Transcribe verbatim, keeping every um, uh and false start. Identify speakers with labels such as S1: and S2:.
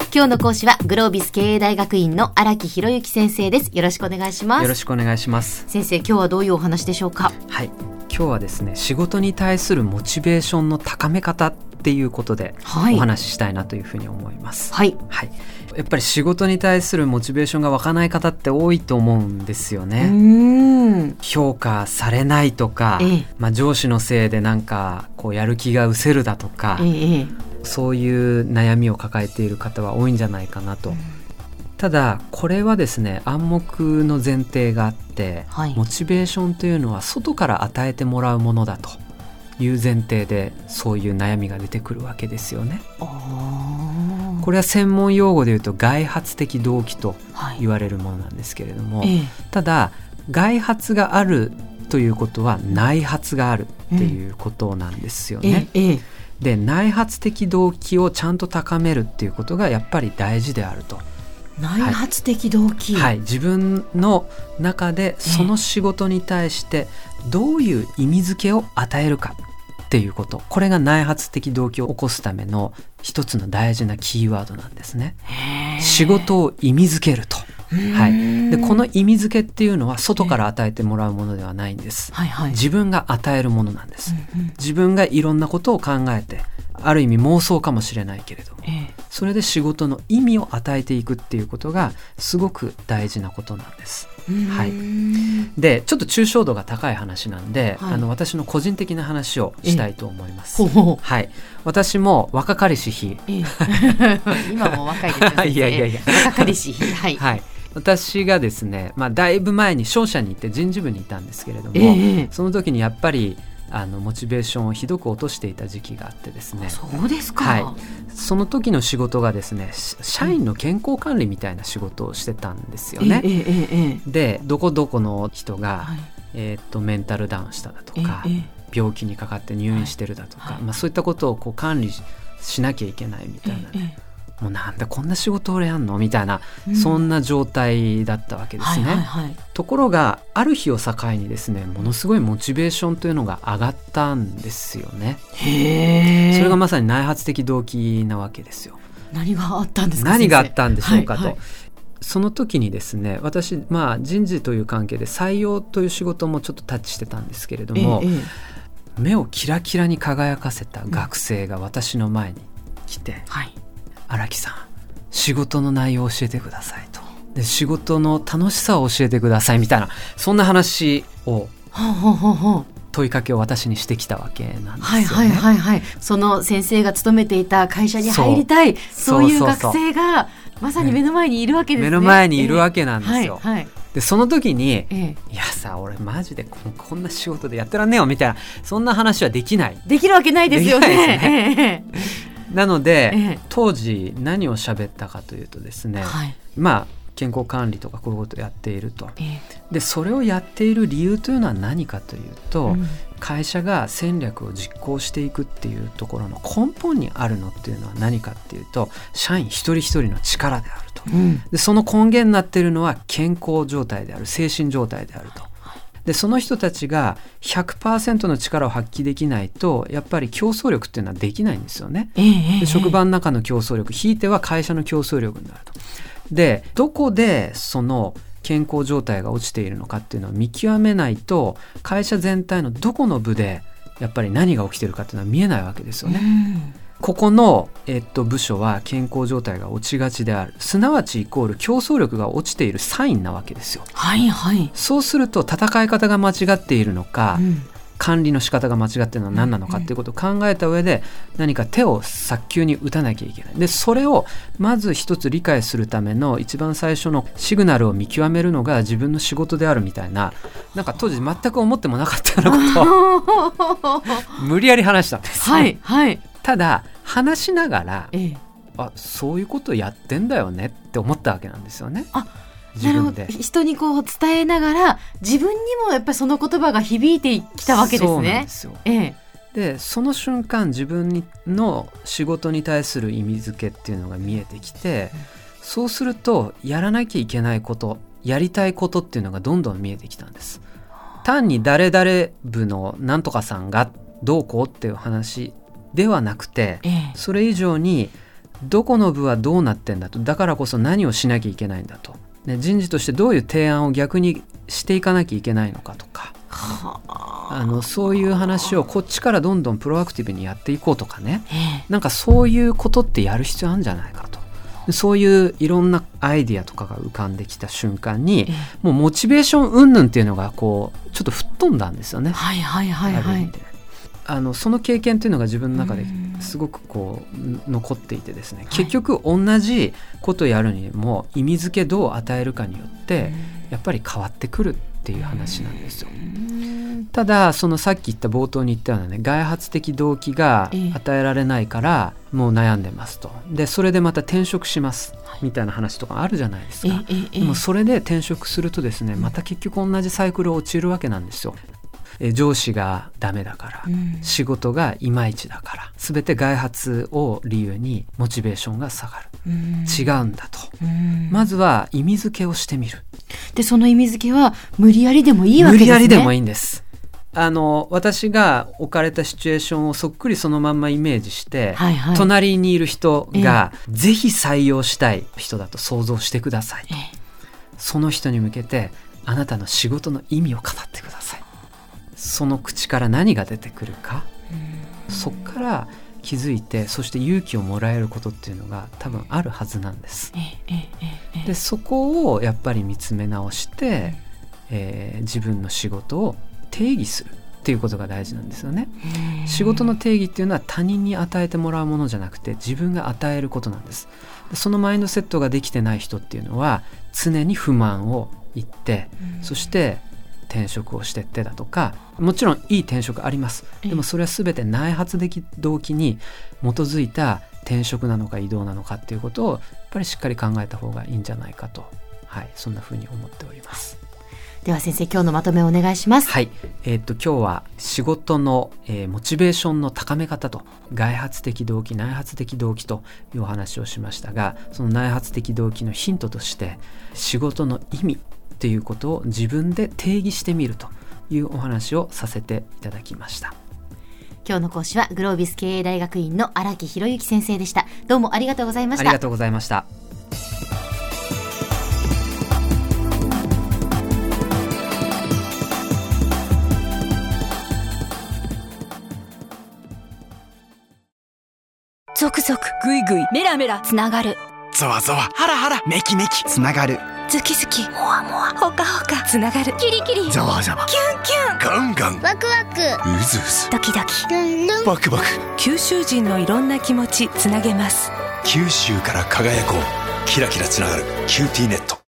S1: 今日の講師はグロービス経営大学院の荒木博之先生です。よろしくお願いします。
S2: よろしくお願いします。
S1: 先生、今日はどういうお話でしょうか？
S2: はい、今日はですね、仕事に対するモチベーションの高め方っていうことでお話ししたいなというふうに思います。
S1: はい、
S2: はい、やっぱり仕事に対するモチベーションが湧かない方って多いと思うんですよね。
S1: うーん
S2: 評価されないとか、ええまあ、上司のせいでなんかこうやる気が失せるだとか、ええ、そういう悩みを抱えている方は多いんじゃないかなと。ただこれはですね、暗黙の前提があって、はい、モチベーションというのは外から与えてもらうものだという前提でそういう悩みが出てくるわけですよね。あ、これは専門用語でいうと外発的動機と言われるものなんですけれども、はい、ええ、ただ外発があるということは内発があるっていうことなんですよね。うん、ええ、で内発的動機をちゃんと高めるっていうことがやっぱり大事であると。
S1: 内発的動機、
S2: はいはい、自分の中でその仕事に対してどういう意味付けを与えるかっていうこと、これが内発的動機を起こすための一つの大事なキーワードなんですね。仕事を意味付けると、はい、でこの意味付けっていうのは外から与えてもらうものではないんです、はいはい、自分が与えるものなんです、うんうん、自分がいろんなことを考えて、ある意味妄想かもしれないけれども、ええ、それで仕事の意味を与えていくっていうことがすごく大事なことなんです。はい、でちょっと抽象度が高い話なんで、はい、あの私の個人的な話をしたいと思います。はい、私も若かりし日、ええ、
S1: 今も若いですよね。
S2: いやいやいや、
S1: 若かりし日、はい、
S2: はい、私がですね、まあ、だいぶ前に商社に行って人事部にいたんですけれども、ええ、その時にやっぱりあのモチベーションをひどく落としていた時期があってですね。
S1: そうですか。
S2: はい、その時の仕事がですね、社員の健康管理みたいな仕事をしてたんですよね。ええええ、でどこどこの人が、はい、えー、っとメンタルダウンしただとか、ええ、病気にかかって入院してるだとか、はいはい、まあ、そういったことをこう管理 し, しなきゃいけないみたいな、ええ、もうなんでこんな仕事俺やんのみたいな、うん、そんな状態だったわけですね。はいはいはい、ところがある日を境にですね、ものすごいモチベーションというのが上がったんですよね。へー、それがまさに内発的動機なわけですよ。
S1: 何があったんですか？
S2: 何があったんでしょうかと、
S1: はいはい、
S2: その時にですね、私、まあ、人事という関係で採用という仕事もちょっとタッチしてたんですけれども、ええ、目をキラキラに輝かせた学生が私の前に来て、うん、はい、荒木さん、仕事の内容を教えてくださいと、で仕事の楽しさを教えてくださいみたいな、そんな話を問いかけを私にしてきたわけなんですよね。
S1: はいはいはいはい、その先生が勤めていた会社に入りたい、そう、そういう学生がまさに目の前にいるわけですね。
S2: 目の前にいるわけなんですよ、
S1: えーはいはい、
S2: でその時に、ええ、いやさ、俺マジで こ, こんな仕事でやってらんねえよみたいな、そんな話はできない、
S1: できるわけないですよね。
S2: できないですね、ええ、なので、ええ、当時何を喋ったかというとですね、はい、まあ健康管理とかこういうことをやっていると、ええ、でそれをやっている理由というのは何かというと、うん、会社が戦略を実行していくっていうところの根本にあるのっていうのは何かっていうと、社員一人一人の力であると、うん、でその根源になっているのは健康状態である、精神状態であると。でその人たちが ひゃくパーセント の力を発揮できないと、やっぱり競争力っていうのはできないんですよね、えー、で職場の中の競争力、ひいては会社の競争力になると。でどこでその健康状態が落ちているのかっていうのを見極めないと、会社全体のどこの部でやっぱり何が起きてるかっていうのは見えないわけですよね、うん、ここの、えっと、部署は健康状態が落ちがちである、すなわちイコール競争力が落ちているサインなわけですよ。
S1: はいはい、
S2: そうすると戦い方が間違っているのか、うん、管理の仕方が間違っているのは何なのかっていうことを考えた上で、何か手を早急に打たなきゃいけない。でそれをまず一つ理解するための一番最初のシグナルを見極めるのが自分の仕事であるみたいな、なんか当時全く思ってもなかったようなことを無理やり話したんです、
S1: はいはい、
S2: ただ話しながら、ええ、あ、そういうことやってんだよねって思ったわけなんですよね。
S1: あ、なるほど、人にこう伝えながら自分にもやっぱりその言葉が響いてきたわけですね。
S2: そうなんですよ、ええ、でその瞬間自分の仕事に対する意味付けっていうのが見えてきて、うん、そうするとやらなきゃいけないこと、やりたいことっていうのがどんどん見えてきたんです。単に誰々部のなんとかさんがどうこうっていう話ではなくて、ええ、それ以上にどこの部はどうなってんだと、だからこそ何をしなきゃいけないんだと、ね、人事としてどういう提案を逆にしていかなきゃいけないのかとか、あのそういう話をこっちからどんどんプロアクティブにやっていこうとかね、なんかそういうことってやる必要あるんじゃないかと。そういういろんなアイディアとかが浮かんできた瞬間に、もうモチベーション云々っていうのがこうちょっと吹っ飛んだんですよね。
S1: はいはいはいはい。
S2: あのその経験っていうのが自分の中ですごくこう残っていてですね、結局同じことやるにも意味付けどう与えるかによってやっぱり変わってくるっていう話なんですよ。ただそのさっき言った冒頭に言ったようなね、外発的動機が与えられないからもう悩んでますと、でそれでまた転職しますみたいな話とかあるじゃないですか。でもそれで転職するとですね、また結局同じサイクルを陥るわけなんですよ。え上司がダメだから、うん、仕事がいまいちだから、全て外発を理由にモチベーションが下がる、うん、違うんだと、うん、まずは意味付けをしてみる。
S1: でその意味付けは無理やりでもいいわけですね。
S2: 無理やりでもいいんです。あの私が置かれたシチュエーションをそっくりそのまんまイメージして、はいはい、隣にいる人が、えー、ぜひ採用したい人だと想像してください、えー、その人に向けてあなたの仕事の意味を語ってください。その口から何が出てくるか、そっから気づいて、そして勇気をもらえることっていうのが多分あるはずなんです。でそこをやっぱり見つめ直して、えー、自分の仕事を定義するっていうことが大事なんですよね。仕事の定義っていうのは他人に与えてもらうものじゃなくて自分が与えることなんです。そのマインドセットができてない人っていうのは常に不満を言って、そして転職をしてってだとか、もちろんいい転職あります。でもそれは全て内発的動機に基づいた転職なのか移動なのかっていうことをやっぱりしっかり考えた方がいいんじゃないかと、はい、そんなふうに思っております。
S1: では先生、今日のまとめをお願いします。
S2: はい、えー、っと今日は仕事の、えー、モチベーションの高め方と、外発的動機、内発的動機というお話をしましたが、その内発的動機のヒントとして仕事の意味ということを自分で定義してみるというお話をさせていただきました。
S1: 今日の講師はグロービス経営大学院の荒木博之先生でした。どうもありがとうございました。
S2: ありがとうございました。
S1: ゾクゾクグイグイメラメラつながる、
S3: ゾワゾワハラハラメキメキつながる、
S1: ズキズキモワモワホカホカつながる、キリキリ
S3: ザワザワ
S1: キュンキュン
S3: ガンガン
S4: ワクワク
S3: ウズウズ
S1: ドキドキ
S4: ルンルン
S3: バクバク、
S5: 九州人のいろんな気持ちつなげます。
S3: 九州から輝こう、キラキラつながるキューティーネット。